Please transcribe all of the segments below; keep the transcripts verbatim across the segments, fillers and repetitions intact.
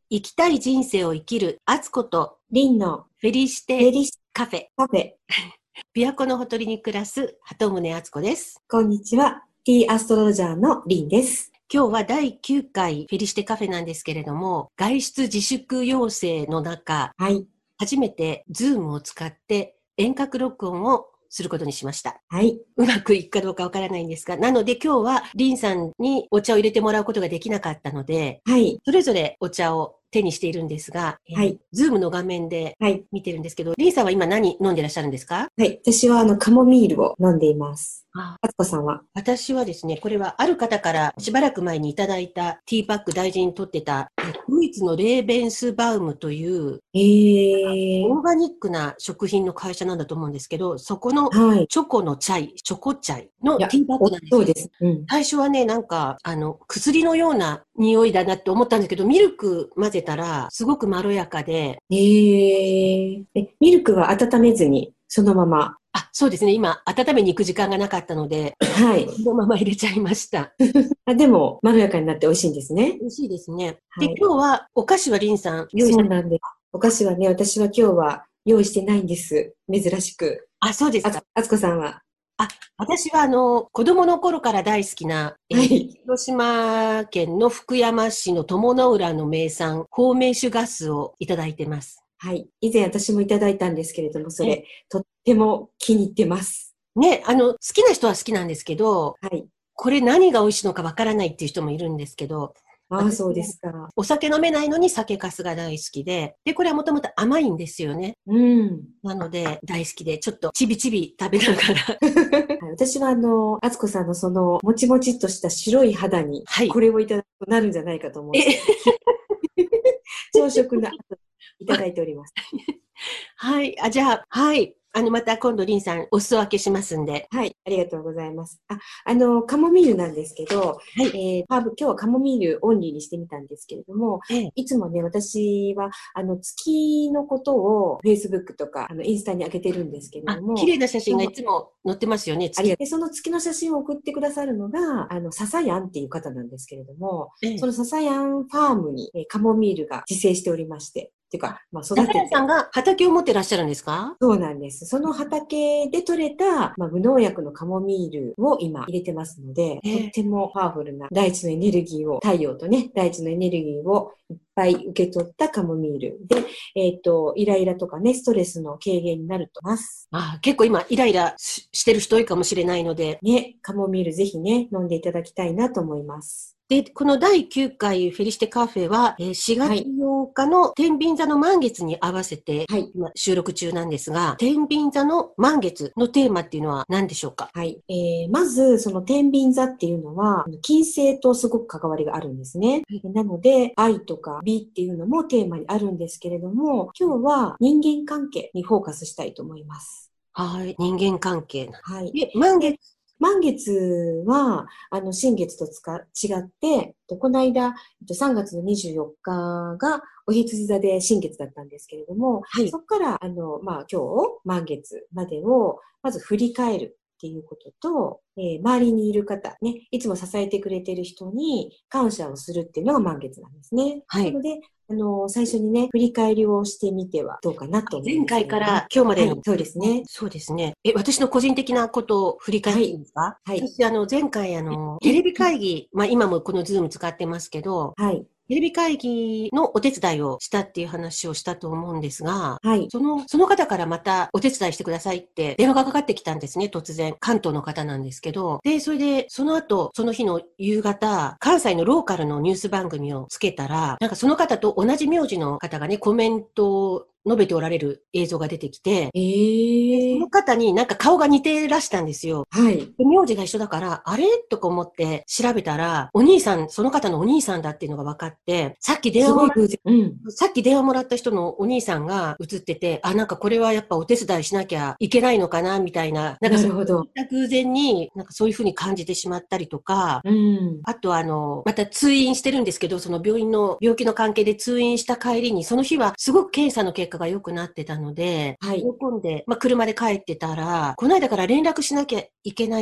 生きたい人生を生きるアツコとリンのフェリシテフェリシカフェ。 カフェ。 琵琶湖のほとりに暮らす鳩宗敦子です。 こんにちは。ティーアストロロジャーのリンです。 今日はだいきゅうかいフェリシテカフェなんですけれども、外出自粛要請の中、 はい。 初めてズームを使って遠隔録音をすることにしました。 はい。 うまくいくかどうかわからないんですが、なので今日はリンさんにお茶を入れてもらうことができなかったので、 はい。 それぞれお茶を手にしているんですが、えーはい。 ズームの画面ではい。 見てるんですけど、リンさんは今何飲んでらっしゃるんですか？ はい。私はあのカモミールを飲んでいます。 ああつこさんは？ 私はですね、これはある方からしばらく前にいただいたティーパック大事に取ってた、えドイツのレーベンスバウムというえー。 オーガニックな食品の会社なんだと思うんですけど、そこのはい。 チョコのチャイ、チョコチャイいや、 のティーパッ美味クなんですよ。 しそうです。うん。 最初はね、なんか、あの、薬のような匂いだなって思ったんですけど、ミルク混ぜたら、すごくまろやかで。 えー。え、ミルクは温めずに、そのまま。 あ、そうですね。今、温めに行く時間がなかったので、 はい。 そのまま入れちゃいました。 あ、でも、まろやかになって美味しいんですね。 美味しいですね。で、 はい。 今日は、お菓子はリンさん用意されて、 そうなんです。お菓子はね、私は今日は用意してないんです。珍しく。 あ、そうですあつ、 か。 あつこさんは？ あ、私はあの、子供の頃から大好きな、えーはい。 広島県の福山市の友の浦の名産、フォーメーシュガスをいただいてます。 はい。以前私もいただいたんですけれども、そえ、 れ、とっても気に入ってます。 ね、あの、好きな人は好きなんですけど、 はい。 これ何が美味しいのかわからないっていう人もいるんですけど、 ああ、 私はそうですか。 お酒飲めないのに酒粕が大好きで、で、これはもともと甘いんですよね。 うん。 なので、大好きで、ちょっとちびちび食べながら。 はい、私はあの、あつこさんのその、もちもちっとした白い肌に、 はい。 これをいただくとなるんじゃないかと思っえ、 て、朝食の後いただいております。 はい。あ、じゃあ、はい。あの、また今度、リンさん、お裾分けしますんで。 はい、ありがとうございます。あ、あの、カモミールなんですけど、 はい。 えー、ハーブ、今日はカモミールオンリーにしてみたんですけれども、 ええ。 いつもね、私は、あの、月のことを Facebook とか、あの、インスタに上げてるんですけれあ、 ども、 綺麗な写真がいつも載ってますよね、月。 ありがとう。で、その月の写真を送ってくださるのが、あの、ササヤンっていう方なんですけれども、 ええ。 そのササヤンファームに、えーカモミールが自生しておりまして、っていうか、まあ、育笹てて、 谷さんが畑を持ってらっしゃるんですか？ そうなんです。その畑で採れた、まあ、無農薬のカモミールを今入れてますので、とっええ。 てもパワフルな大地のエネルギーを、太陽とね、大地のエネルギーをいっぱい受け取ったカモミールで、えっと、イライラとかね、ストレスの軽減になると思います。 あ、結構今、イライラし、してる人多いかもしれないので。 ね、カモミールぜひね、飲んでいただきたいなと思います。 で、このだいきゅうかいフェリシテカフェは、えーしがつはい。 ようかの天秤座の満月に合わせて、 はい。 今収録中なんですが、天秤座の満月のテーマっていうのは何でしょうか？ はい。えー、まず、その天秤座っていうのは、金星とすごく関わりがあるんですね。なので、愛とか美っていうのもテーマにあるんですけれども、今日は人間関係にフォーカスしたいと思います。 はい。人間関係なんはい。 で、満月、 で、満月は、あの、新月とつか違って、とこの間、えっとさんがつのにじゅうよっかがお羊座で新月だったんですけれども、 はい。 そこから、あの、まあ、今日、満月までを、まず振り返るっていうことと、えー周りにいる方、ね、いつも支えてくれている人に感謝をするっていうのが満月なんですね。 はい。 なので、あの、最初にね、振り返りをしてみてはどうかなと思うん前ですけれども。 回から今日までの。 はい、そうですね。 そうですね。え、私の個人的なことを振り返っていいはい、 ですか？ はい、 私、あの、前回、あの、テレビ会議、まあ、今もこのズーム使ってますけど、 はい、 テレビ会議のお手伝いをしたっていう話をしたと思うんですが、 はい、 その、その方からまたお手伝いしてくださいって電話がかかってきたんですね、突然。関東の方なんですけど。で、それで、その後、その日の夕方、関西のローカルのニュース番組をつけたら、なんかその方と同じ名字の方がね、コメントを述べておられる映像が出てきて、 えで、そのー、 方になんか顔が似てらしたんですよ。 はい。 で、名字が一緒だから、あれとか思って調べたら、お兄さん、その方のお兄さんだっていうのが分かって、さっき電話もらっすごい偶然。うん。 さっき電話もらった人のお兄さんが映ってて、あ、なんかこれはやっぱお手伝いしなきゃいけないのかな、みたいな、なんかそうなるほど。 いった偶然に、なんかそういうふうに感じてしまったりとか、 うん。 あとあの、また通院してるんですけど、その病院の病気の関係で通院した帰りに、その日はすごく検査の結果が良くなってたので、 はい。 喜んで、まあ、車で帰ってたら、この間から連絡しなきゃいけないなっ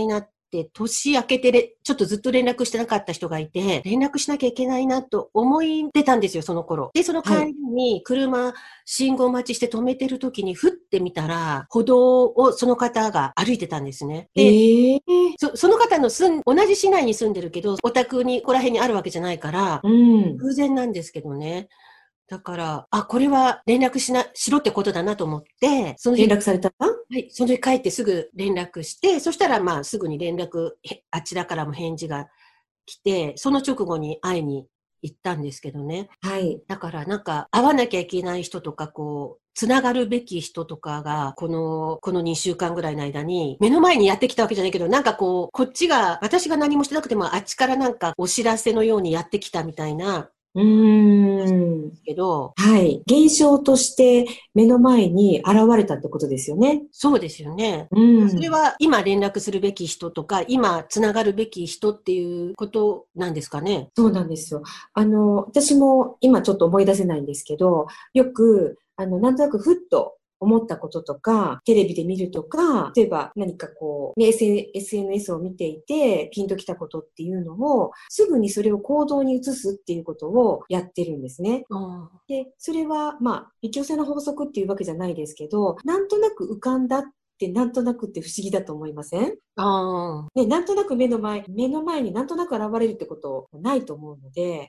って年明けてれ、ちょっとずっと連絡してなかった人がいて、連絡しなきゃいけないなと思い出たんですよ、その頃。で、その帰りに車、信号待ちして止めてる時に、ふって見たら、歩道をその方が歩いてたんですね。で、 ええそその方の住ん、同じ市内に住んでるけど、お宅にここら辺にあるわけじゃないから、 うん。 偶然なんですけどね。だから、あ、これは連絡しな、しろってことだなと思って、その日、 連絡された？ はい、その日帰ってすぐ連絡して、そしたらまあすぐに連絡、へあちらからも返事が来て、その直後に会いに行ったんですけどね。 はい。 だからなんか会わなきゃいけない人とか、こう、つながるべき人とかが、この、このにしゅうかんぐらいの間に、目の前にやってきたわけじゃないけど、なんかこう、こっちが、私が何もしてなくても、あっちからなんかお知らせのようにやってきたみたいな、 うーん。 けど、 はい。現象として目の前に現れたってことですよね。 そうですよね。 うん。 それは今連絡するべき人とか、今つながるべき人っていうことなんですかね。 そうなんですよ。あの、私も今ちょっと思い出せないんですけど、よく、あの、なんとなくふっと思ったこととか、テレビで見るとか、例えば何かこう、ね、エスエヌエス を見ていて、ピンときたことっていうのを、すぐにそれを行動に移すっていうことをやってるんですね。 うん、 で、それは、まあ、引き寄せの法則っていうわけじゃないですけど、なんとなく浮かんだってなんとなくって不思議だと思いません？ ああ、 ね、なんとなく目の前、目の前になんとなく現れるってことないと思うので、 うん。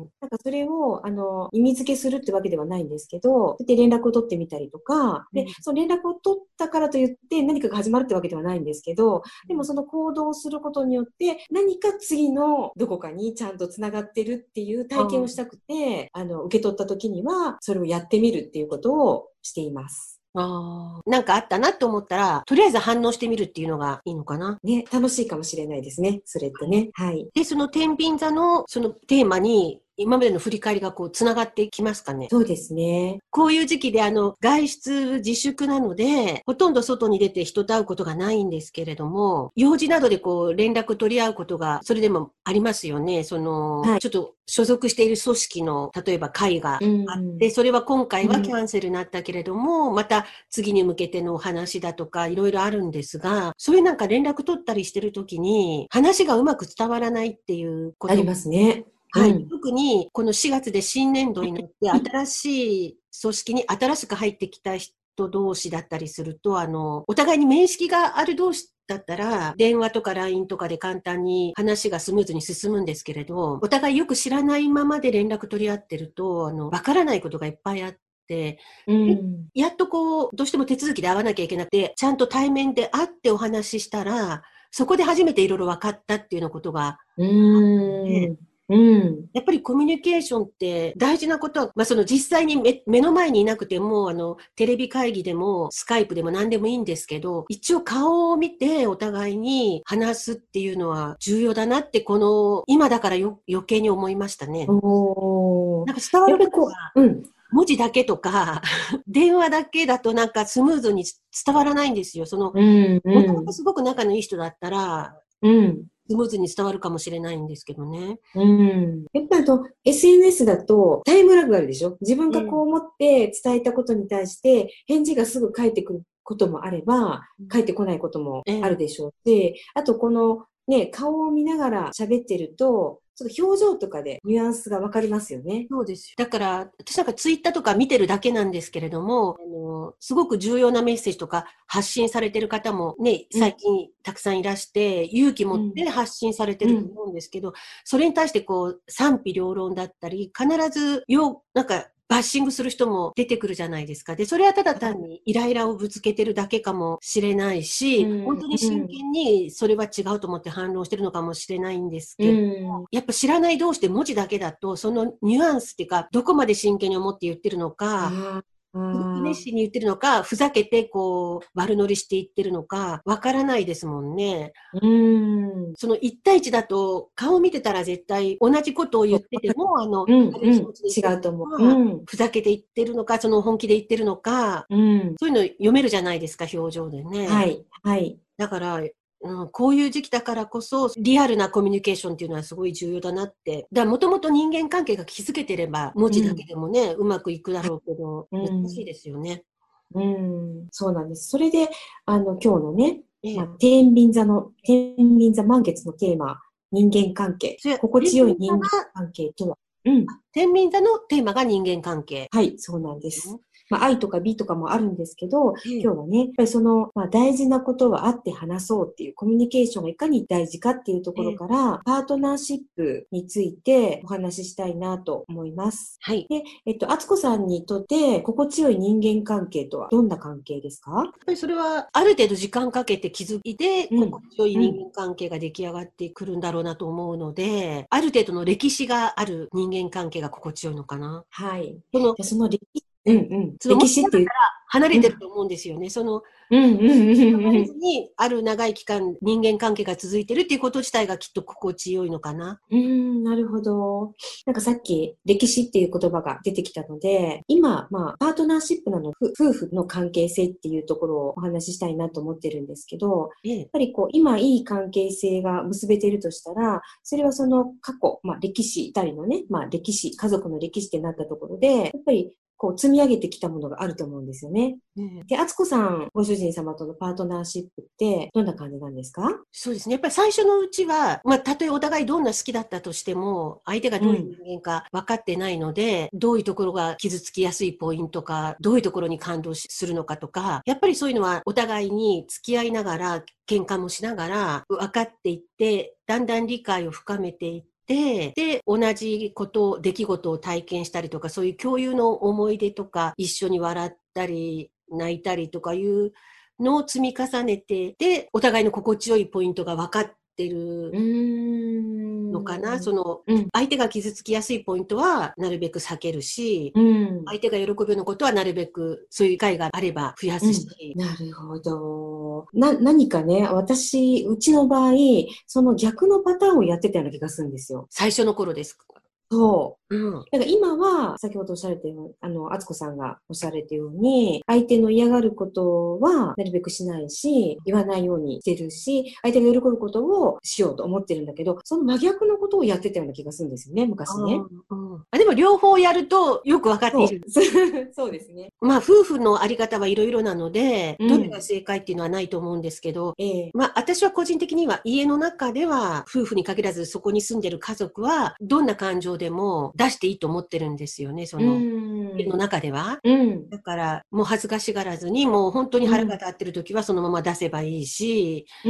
なんかそれを、あの、意味付けするってわけではないんですけど、で、連絡を取ってみたりとか、で、 うん、 その連絡を取ったからといって何かが始まるってわけではないんですけど、でもその行動をすることによって、何か次のどこかにちゃんと繋がってるっていう体験をしたくて、あの、受け取った時には、それをやってみるっていうことをしています。 ああ、なんかあったなって思ったら、とりあえず反応してみるっていうのがいいのかな。 ね、楽しいかもしれないですね。それってね。はい。 で、その天秤座のそのテーマに、今までの振り返りがこう、つながってきますかね。 そうですね。 こういう時期であの、外出自粛なので、ほとんど外に出て人と会うことがないんですけれども、用事などでこう、連絡取り合うことが、それでもありますよね。その、 はい。 ちょっと所属している組織の、例えば会がうあっん。 て、それは今回はうん。 キャンセルになったけれども、また次に向けてのお話だとか、いろいろあるんですが、そういうなんか連絡取ったりしてるときに、話がうまく伝わらないっていうことありますね。 はい。 うん。 特に、このしがつで新年度になって、新しい組織に新しく入ってきた人同士だったりすると、あの、お互いに面識がある同士だったら、電話とか ライン とかで簡単に話がスムーズに進むんですけれど、お互いよく知らないままで連絡取り合ってると、あの、わからないことがいっぱいあって、 うん。 やっとこう、どうしても手続きで会わなきゃいけなくて、ちゃんと対面で会ってお話ししたら、そこで初めていろいろ分かったっていうようなことが、 うーん。うん。 やっぱりコミュニケーションって大事なことは、まあ、その実際に 目, 目の前にいなくても、あの、テレビ会議でも、スカイプでも何でもいいんですけど、一応顔を見てお互いに話すっていうのは重要だなって、この、今だからよ余計に思いましたね。 おー。 なんか伝わるやっぱりこことが、 う、うん。 文字だけとか、電話だけだとなんかスムーズに伝わらないんですよ。その、 うん、 もともうん。 とすごく仲のいい人だったら、 うん。 スムーズに伝わるかもしれないんですけどね。 うん。やっぱりと、エスエヌエス だとタイムラグがあるでしょ？自分がこう思って伝えたことに対して返事がすぐ返ってくることもあれば、返ってこないこともあるでしょうし、あとこのね、顔を見ながら喋ってると、ちょっと表情とかでニュアンスがわかりますよね。 そうですよ。だから、私なんかツイッターとか見てるだけなんですけれども、あの、すごく重要なメッセージとか発信されてる方もね、 うん、 最近たくさんいらして、勇気持っうん、 て発信されてうん、 ると思うんですけど、それに対してこう、賛否両論だったり、必ず、よ、なんか、バッシングする人も出てくるじゃないですか。で、それはただ単にイライラをぶつけてるだけかもしれないし、 うん、 本当に真剣にそれは違うと思って反論してるのかもしれないんですうけど、 ん、 やっぱ知らない同士で文字だけだと、そのニュアンスっていうか、どこまで真剣に思って言ってるのか、 ああ、 すごくああ、 熱心に言ってるのか、ふざけてこう、悪乗りして言ってるのか、わからないですもんね。 うん、 その一対一だと、顔見てたら絶対同じことを言ってても、あの、 うん、 軽いうん、 気持ちで言ってる違うと思う。 のか、 うん、 ふざけて言ってるのか、その本気で言ってるのか、 うん、 そういうの読めるじゃないですか、表情でね。 はい、はい。 だから、うん、こういう時期だからこそ、リアルなコミュニケーションっていうのはすごい重要だなって。だからもともと人間関係が築けてれば、文字だけうん、 でもね、うまくいくだろうけど、 う難しいん、 ですよね。 うん、そうなんです。それで、あの、今日のね、 ええ、 まあ、天秤座の、天秤座満月のテーマ、人間関係。 それ心地よい人間天秤座が関係とは。うん。 天秤座のテーマが人間関係。 はい、そうなんです。まあ、愛とか美とかもあるんですけど、 ええ、 今日はね、やっぱりその、まあ、大事なことは会って話そうっていうコミュニケーションがいかに大事かっていうとこええ、 ろから、パートナーシップについてお話ししたいなと思います。 はい。 で、えっと、敦子さんにとって心地よい人間関係とはどんな関係ですか？ やっぱりそれは、ある程度時間かけて築いて、 うん。 心地よいうん。 人間関係が出来上がってくるんだろうなと思うので、ある程度の歴史がある人間関係が心地よいのかな。 はい。 その、 じゃあその歴史、うええ、 んうん。 その、もしなかったら歴史っていう、 離れうん。 てると思うんですよね。その、 うんうんうんうん離れうん。 ずに、ある長い期間、人間関係が続いてるっていうこと自体がきっと心地よいのかな。 うーん、なるほど。なんかさっき歴史っていう言葉が出てきたので、今、まあ、パートナーシップなの、ふ夫婦の関係性っていうところをお話ししたいなと思ってるんですけど、 ええ、 やっぱりこう、今いい関係性が結べているとしたら、それはその過去、まあ歴史、二人のね、まあ歴史、家族の歴史ってなったところで、やっぱりこう積み上げてきたものがあると思うんですよね。 ええ。 で、敦子さん、ご主人様とのパートナーシップってどんな感じなんですか？ そうですね。やっぱり最初のうちは、まあ、たとえお互いどんな好きだったとしても、相手がどういううん。 人間か分かってないので、どういうところが傷つきやすいポイントか、どういうところに感動しするのかとか、やっぱりそういうのはお互いに付き合いながら、喧嘩もしながら分かっていって、だんだん理解を深めていって、で、同じこと、出来事を体験したりとか、そういう共有の思い出とか、一緒に笑ったり、泣いたりとかいうのを積み重ねて、で、お互いの心地よいポイントが分かってうるーのかな。 ん。 その、 うん。 相手が傷つきやすいポイントはなるべく避けるし、 うん。 相手が喜ぶようなことはなるべくそういう機会があれば増やうん。 すし。 なるほど。な、何かね、私、うちの場合、その逆のパターンをやってたような気がするんですよ。 最初の頃ですか？ そう。 うん。 だから今は、先ほどおっしゃられたように、あの、敦子さんがおっしゃられたように、相手の嫌がることはなるべくしないし、言わないようにしてるし、相手が喜ぶことをしようと思ってるんだけど、その真逆のことをやってたような気がするんですよね、昔ね。 ああ、うん。あ、でも両方やるとよくわかっていそる。 う。そうですね。 まあ、夫婦のあり方はいろいろなので、 うん。 どれが正解っていうのはないと思うんですけど、 ええ。 まあ、私は個人的には家の中では、夫婦に限らずそこに住んでる家族は、どんな感情でも出していいと思ってるんですよね、そうの、家のん。 中では。 うん。 だから、もう恥ずかしがらずに、もう本当にうん。 腹が立ってる時はそのまま出せばいいし、 うん。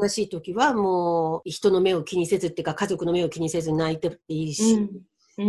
悲しい時はもう人の目を気にせずっていうか、家族の目を気にせず泣いていいし、 うん。うん。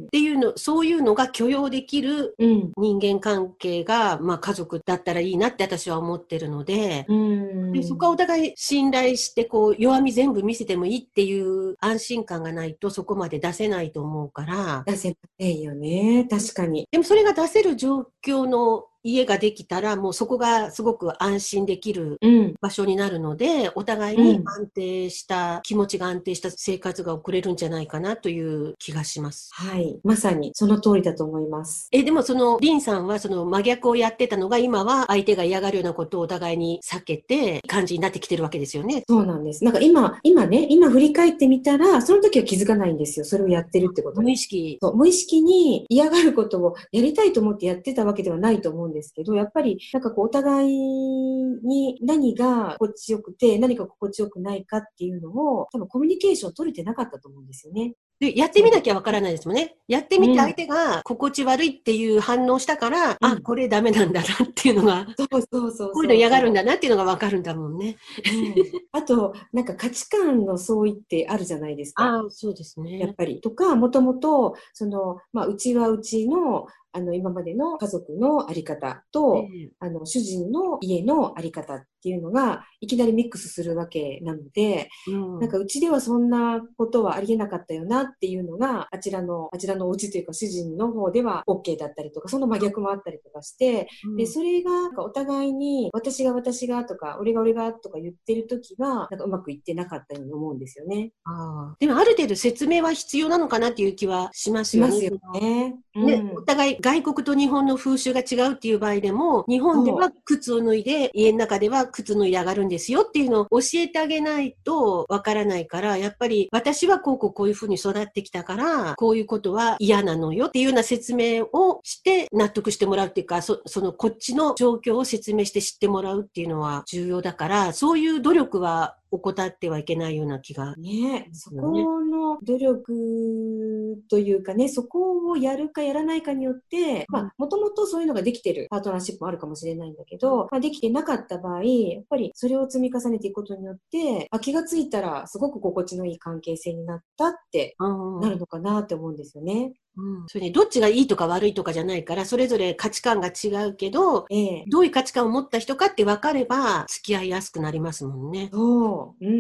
っていうの、そういうのが許容できるうん。 人間関係が、まあ家族だったらいいなって私は思ってるので、 うで、そこはおん。 互い信頼して、こう、弱み全部見せてもいいっていう安心感がないとそこまで出せないと思うから、 出せませんよね。確かに。 でもそれが出せる状況の家ができたら、もうそこがすごく安心できるうん。 場所になるので、お互いうん。 に安定した、気持ちが安定した生活が送れるんじゃないかなという気がします。 はい。まさにその通りだと思います。 え、でもその、リンさんはその真逆をやってたのが、今は相手が嫌がるようなことをお互いに避けて、感じになってきてるわけですよね。 そうなんです。なんか今、今ね、今振り返ってみたら、その時は気づかないんですよ。それをやってるってこと無に。 意識。 そう、無意識に嫌がることをやりたいと思ってやってたわけではないと思うんですけど、やっぱりなんかこうお互いに何が心地よくて、何が心地よくないかっていうのを、多分コミュニケーション取れてなかったと思うんですよね。 で、やってその時。 みなきゃわからないですもんね。やってみて相うん。 手が心地悪いっていう反応したから、あ、 うん。 これダメなんだなっていうのが、 そうそうそうこういうの嫌がるんそうそだなっていうのがわかるんだもんね。 う。うん。あと、なんか価値観の相違ってあるじゃないですか。 ああ、そうですね。 やっぱり。とか、もともと、その、まあ、うちはうちの、あの、今までの家族のあり方と、 ええ、 あの、主人の家のあり方っていうのが、いきなりミックスするわけなので、 うん。 なんかうちではそんなことはありえなかったよなっていうのが、あちらの、あちらのお家というか主人の方では OK だったりとか、その真逆もあったりとかして、で、 うん。 それがなんかお互いに私が私がとか、俺が俺がとか言ってるときは、なんかうまくいってなかったように思うんですよね。 ああ。でもある程度説明は必要なのかなっていう気はしますよね。 しますよそのね。うね、おん。 互い外国と日本の風習が違うっていう場合でも、日本では靴を脱いで、家の中では靴脱いで上がるんですよっていうのを教えてあげないとわからないから、やっぱり私はこうこうこういうふうに育ってきたから、こういうことは嫌なのよっていうような説明をして納得してもらうっていうか、そ、そのこっちの状況を説明して知ってもらうっていうのは重要だから、そういう努力は怠ってはいけないような気が。 ね、そこの努力というかね、そこをやるかやらないかによって、まあ、もともとそういうのができてるパートナーシップもあるかもしれないんだけど、まあ、できてなかった場合、やっぱりそれを積み重ねていくことによって、あ、気がついたらすごく心地のいい関係性になったってなるのかなって思うんですよね。 うん、それね、どっちがいいとか悪いとかじゃないから、それぞれ価値観が違うけど、ええ、どういう価値観を持った人かって分かれば、付き合いやすくなりますもんね。 そう。うん。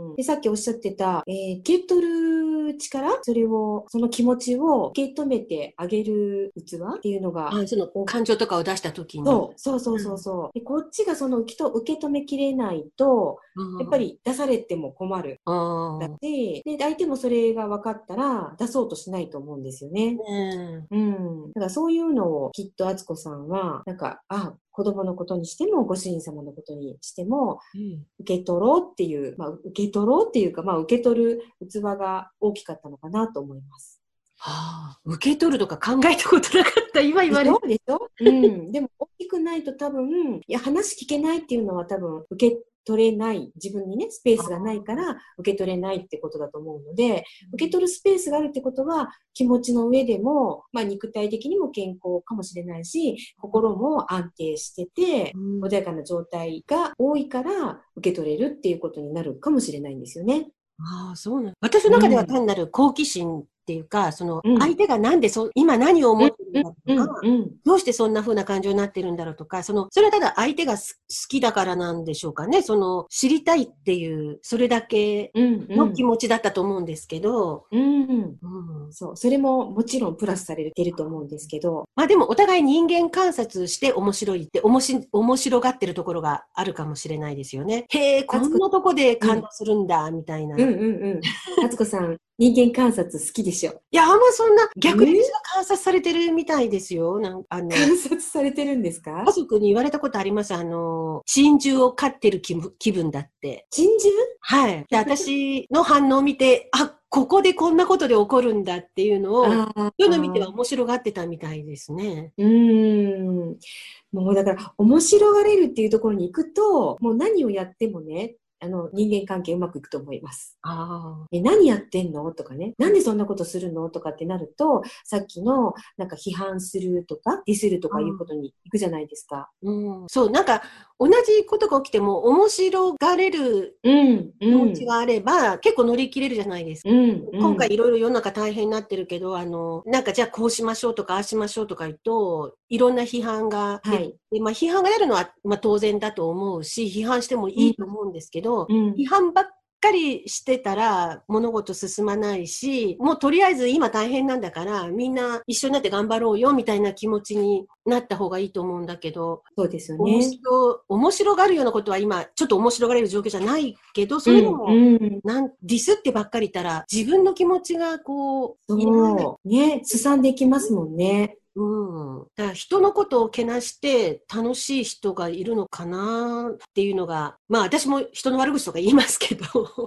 で、さっきおっしゃってた、えー、受け取る力、それを、その気持ちを受け止めてあげる器っていうのが、 あ、その感情とかを出したときに。 そう、そうそうそうそう、うん、で。こっちがその受け止めきれないと、やっぱり出されても困る。だし、で、相手もそれが分かったら出そうとしないと思うんですよね。うん。うん。だからそういうのをきっと敦子さんは、なんか、あ、子供のことにしても、ご主人様のことにしても、うん、受け取ろうっていう、まあ、受け取ろうっていうか、まあ、受け取る器が大きかったのかなと思います。 はあ、受け取るとか考えたことなかった。今言われる。 でしょでしょ、うん。でも、大きくないと多分、いや、話聞けないっていうのは多分、受け取れない、自分にね、スペースがないから受け取れないってことだと思うので、受け取るスペースがあるってことは、気持ちの上でも、まあ、肉体的にも健康かもしれないし、心も安定してて、うん、穏やかな状態が多いから受け取れるっていうことになるかもしれないんですよね。 ああ、そうなん。私の中では単なる好奇心っていうか、その、相手がなんでそ、今何を思ってるんだろうとか、どうしてそんな風な感情になってるんだろうとか、その、それはただ相手が好きだからなんでしょうかね。その、知りたいっていう、それだけの気持ちだったと思うんですけど、 うんうんうん、そう。それももちろんプラスされてると思うんですけど。 まあでもお互い人間観察して面白いって、おもし、面白がってるところがあるかもしれないですよね。へえ、こんなとこで感動するんだ、うん、みたいな。 うんうんうん。敦子さん、人間観察好きでしょ。 いや、あんまそんな、逆に私が観察されてるみたいですよ。なんあの観察されてるんですか？ 家族に言われたことあります。あの、珍獣を飼ってる気分、気分だって。 珍獣？ はい。で、私の反応を見て、あ、ここでこんなことで起こるんだっていうのを、そういうのを見ては面白がってたみたいですね。 うーん。もうだから、面白がれるっていうところに行くと、もう何をやってもね、あの、人間関係うまくいくと思います。あえ何やってんのとかね。なんでそんなことするのとかってなると、さっきの、なんか批判するとか、ディスるとかいうことに行くじゃないですか。 うん、そう、なんか、同じことが起きても、面白がれる気持ちがあれば、うんうん、結構乗り切れるじゃないですか。うんうん、今回いろいろ世の中大変になってるけど、あの、なんかじゃあこうしましょうとか、ああしましょうとか言うと、いろんな批判が出て、はい、でまあ、批判が出るのは、まあ、当然だと思うし、批判してもいいと思うんですけど、うん、批判ばっかりしてたら物事進まないし、もうとりあえず今大変なんだからみんな一緒になって頑張ろうよみたいな気持ちになった方がいいと思うんだけど、 そうですよね。 面白、面白がるようなことは今ちょっと面白がれる状況じゃないけど、それでも、うんうん、なんディスってばっかりいたら自分の気持ちがこう、 そうね、すさんでいきますもんね。 うん。だから人のことをけなして楽しい人がいるのかなっていうのが、まあ私も人の悪口とか言いますけど。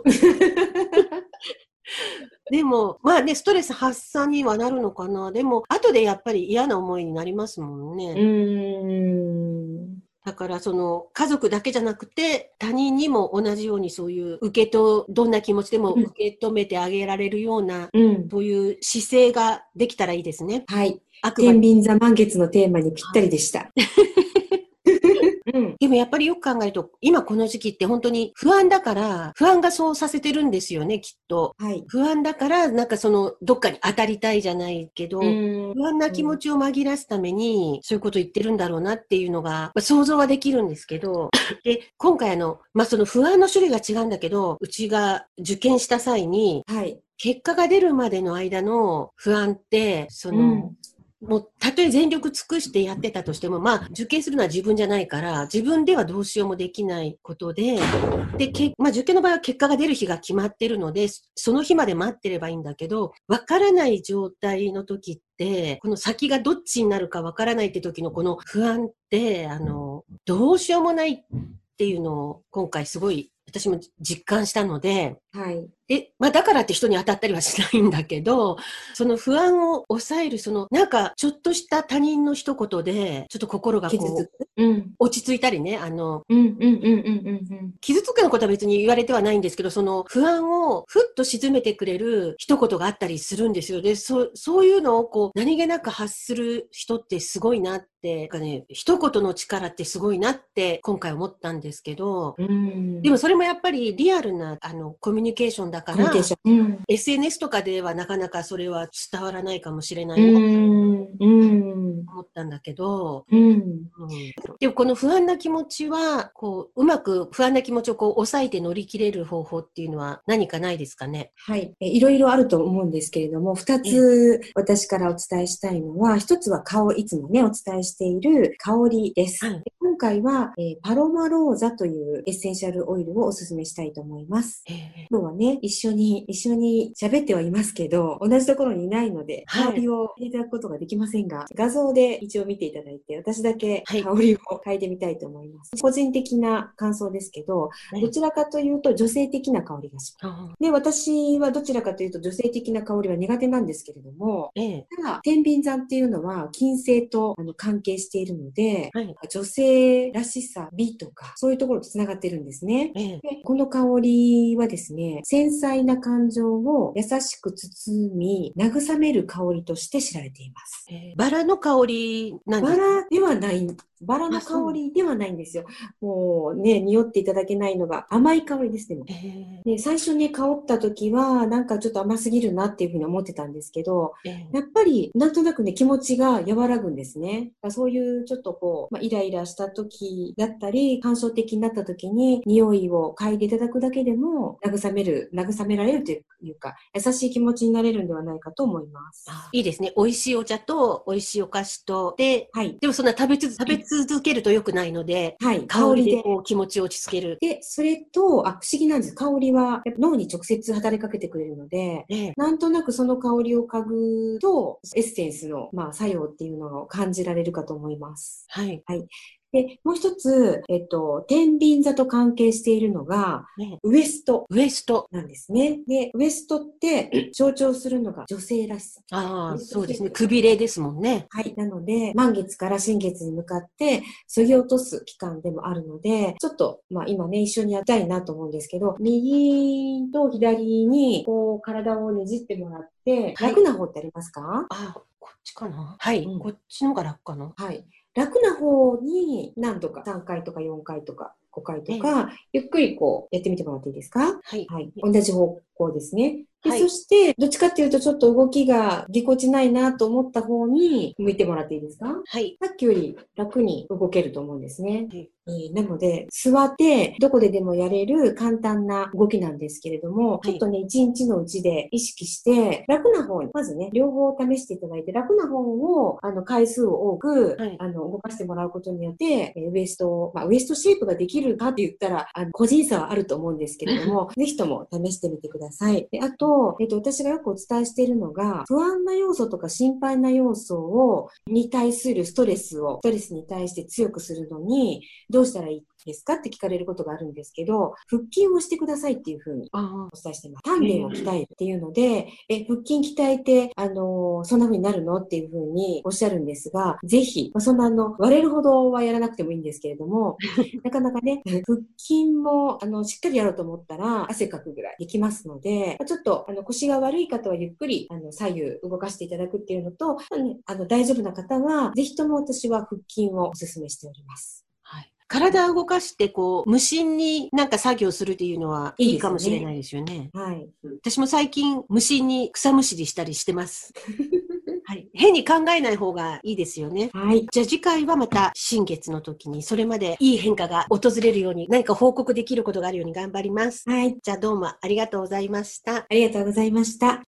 でも、まあね、ストレス発散にはなるのかな。でも、後でやっぱり嫌な思いになりますもんね。うーん。だからその家族だけじゃなくて他人にも同じようにそういう受けとどんな気持ちでも受け止めてあげられるような、うん、そういう姿勢ができたらいいですね。 はい。天秤座満月のテーマにぴったりでした。 うん、でもやっぱりよく考えると、今この時期って本当に不安だから、不安がそうさせてるんですよね、きっと。はい、不安だから、なんかその、どっかに当たりたいじゃないけど、不安な気持ちを紛らすために、そういうこと言ってるんだろうなっていうのが、まあ、想像はできるんですけど、で、今回あの、まあ、その不安の種類が違うんだけど、うちが受験した際に、はい、結果が出るまでの間の不安って、その、うんもう、たとえ全力尽くしてやってたとしても、まあ、受験するのは自分じゃないから、自分ではどうしようもできないことで、で、けまあ、受験の場合は結果が出る日が決まってるので、その日まで待ってればいいんだけど、わからない状態の時って、この先がどっちになるかわからないって時のこの不安って、あの、どうしようもないっていうのを今回すごい私も実感したので、 はい。 で、まあだからって人に当たったりはしないんだけど、その不安を抑える、そのなんかちょっとした他人の一言で、ちょっと心がこう、 傷つく。うん。 落ち着いたりね、あの、 うんうんうんうんうんうん。 傷つくようなことは別に言われてはないんですけど、その不安をふっと沈めてくれる一言があったりするんですよ。で、そ、そういうのをこう、何気なく発する人ってすごいなって、なんかね、一言の力ってすごいなって今回思ったんですけど、 うん。 でもそれもやっぱりリアルなあのコミュニケーションだから、 コミュニケーション。うん。 エスエヌエス とかではなかなかそれは伝わらないかもしれなういなとん。うん。 思ったんだけど、 うん。 うん、でもこの不安な気持ちは、こう、うまく不安な気持ちをこう抑えて乗り切れる方法っていうのは何かないですかね？ はい。えいろいろあると思うんですけれども、二ええ、 つ私からお伝えしたいのは、一つは香り、いつもね、お伝えしている香りです。 はい。 で今回は、えーパロマローザというエッセンシャルオイルをお勧めしたいと思います。 ええ、 今日はね、一緒に、一緒に喋ってはいますけど、同じところにいないので、香はい。 りを入れていただくことができませんが、画像で一応見ていただいて、私だけはい。 香りを嗅いでみたいと思います。個人的な感想ですけど、 ええ、 どちらかというと女性的な香りがします。 あ、 で、私はどちらかというと女性的な香りは苦手なんですけれども、 ええ、 ただ、天秤座っていうのは金星とあの関係しているので、 はい。 女性らしさ、美とか、そういうところと繋がってるんですね。 ええ、 でこの香りはですね、繊細な感情を優しく包み、慰める香りとして知られています。 ええ、バラの香りなんでバすか？ ラではない、バラのあ、そう。 香りではないんですよ。もうね、匂っていただけないのが甘い香りですね。 ええ、 で、最初ね、香った時は、なんかちょっと甘すぎるなっていうふうに思ってたんですけど、 ええ、 やっぱり、なんとなくね、気持ちが和らぐんですね。そういうちょっとこう、まあ、イライラした時だったり、感傷的になった時に、匂いを嗅いでいただくだけでも、慰める、慰められるというか、優しい気持ちになれるんではないかと思います。 あ、いいですね。美味しいお茶と美味しいお菓子と、で、 はい。 でもそんな食べつ、食べ続けると良くないので、 はい。 香りで香りで。 こう気持ちを落ち着ける。 で、それと、あ、不思議なんです。香りはやっぱ脳に直接働きかけてくれるので、 ええ、 なんとなくその香りを嗅ぐと、エッセンスの、まあ、作用っていうのを感じられるかと思います。 はい。 はい。で、もう一つ、えっと、天秤座と関係しているのが、 ね、 ウエストウエスト。 なんですね。で、ウエストって象徴するのが女性らしさ。 ああ、 ウエストそうですね。 シェイプ。 くびれですもんね。 はい。なので、満月から新月に向かって削ぎ落とす期間でもあるので、ちょっと、まあ今ね、一緒にやりたいなと思うんですけど、右と左に、こう、体をねじってもらって、 はい。 楽な方ってありますか？ ああ、こっちかな。はい。 うん。 こっちの方が楽かな。 はい。楽な方に何度か、さんかいとかよんかいとかごかいとええ、 か、ゆっくりこうやってみてもらっていいですか？ はい。 はい。同じ方向ですね。で、 はい。 そして、どっちかっていうとちょっと動きがぎこちないなと思った方に向いてもらっていいですか？ はい。 さっきより楽に動けると思うんですね。 はい。 えーなので、座ってどこででもやれる簡単な動きなんですけれども、 はい。 ちょっとね、一日のうちで意識して、楽な方に、まずね、両方試していただいて、楽な方を、あの、回数を多く、 はい。 あの、動かしてもらうことによって、えーウエストを、まあ、ウエストシェイプができるかって言ったら、あの、個人差はあると思うんですけれども、ぜひとも試してみてください。で、あと、えっと、私がよくお伝えしているのが、不安な要素とか心配な要素を、に対するストレスを、ストレスに対して強くするのに、どうしたらいいですかって聞かれることがあるんですけど、腹筋をしてくださいっていうふうにああ、 お伝えしています。丹田を鍛えるっていうので、え、腹筋鍛えて、あのーそんな風になるのっていうふうにおっしゃるんですが、ぜひ、まあ、そんなあの、割れるほどはやらなくてもいいんですけれども、なかなかね、腹筋も、あの、しっかりやろうと思ったら、汗かくぐらいできますので、ちょっと、あの、腰が悪い方はゆっくり、あの、左右動かしていただくっていうのと、まあね、あの、大丈夫な方は、ぜひとも私は腹筋をお勧めしております。 はい。体を動かして、こう、無心になんか作業するっていうのはいいかもしれないですよね。 はい。 私も最近、無心に草むしりしたりしてます。はい。変に考えない方がいいですよね。 はい。 じゃあ次回はまた新月の時に、それまでいい変化が訪れるように、何か報告できることがあるように頑張ります。 はい。 じゃあどうもありがとうございました。 ありがとうございました。